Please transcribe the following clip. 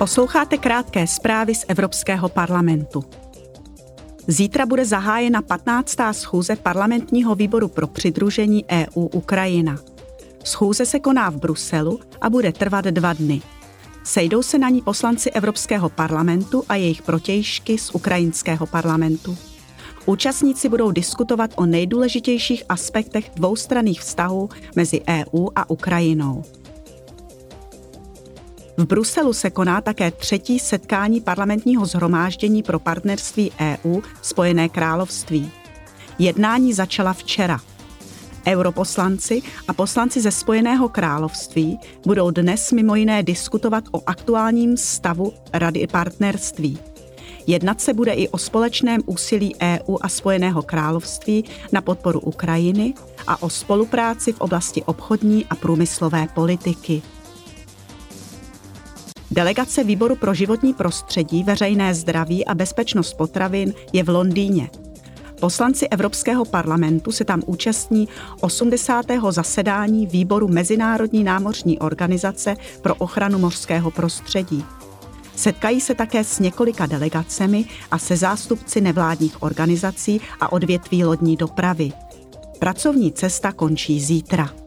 Posloucháte krátké zprávy z Evropského parlamentu. Zítra bude zahájena 15. schůze parlamentního výboru pro přidružení EU-Ukrajina. Schůze se koná v Bruselu a bude trvat 2 dny. Sejdou se na ní poslanci Evropského parlamentu a jejich protějšky z ukrajinského parlamentu. Účastníci budou diskutovat o nejdůležitějších aspektech dvoustranných vztahů mezi EU a Ukrajinou. V Bruselu se koná také 3. setkání parlamentního shromáždění pro partnerství EU Spojené království. Jednání začala včera. Europoslanci a poslanci ze Spojeného království budou dnes mimo jiné diskutovat o aktuálním stavu Rady partnerství. Jednat se bude i o společném úsilí EU a Spojeného království na podporu Ukrajiny a o spolupráci v oblasti obchodní a průmyslové politiky. Delegace Výboru pro životní prostředí, veřejné zdraví a bezpečnost potravin je v Londýně. Poslanci Evropského parlamentu se tam účastní 80. zasedání Výboru Mezinárodní námořní organizace pro ochranu mořského prostředí. Setkají se také s několika delegacemi a se zástupci nevládních organizací a odvětví lodní dopravy. Pracovní cesta končí zítra.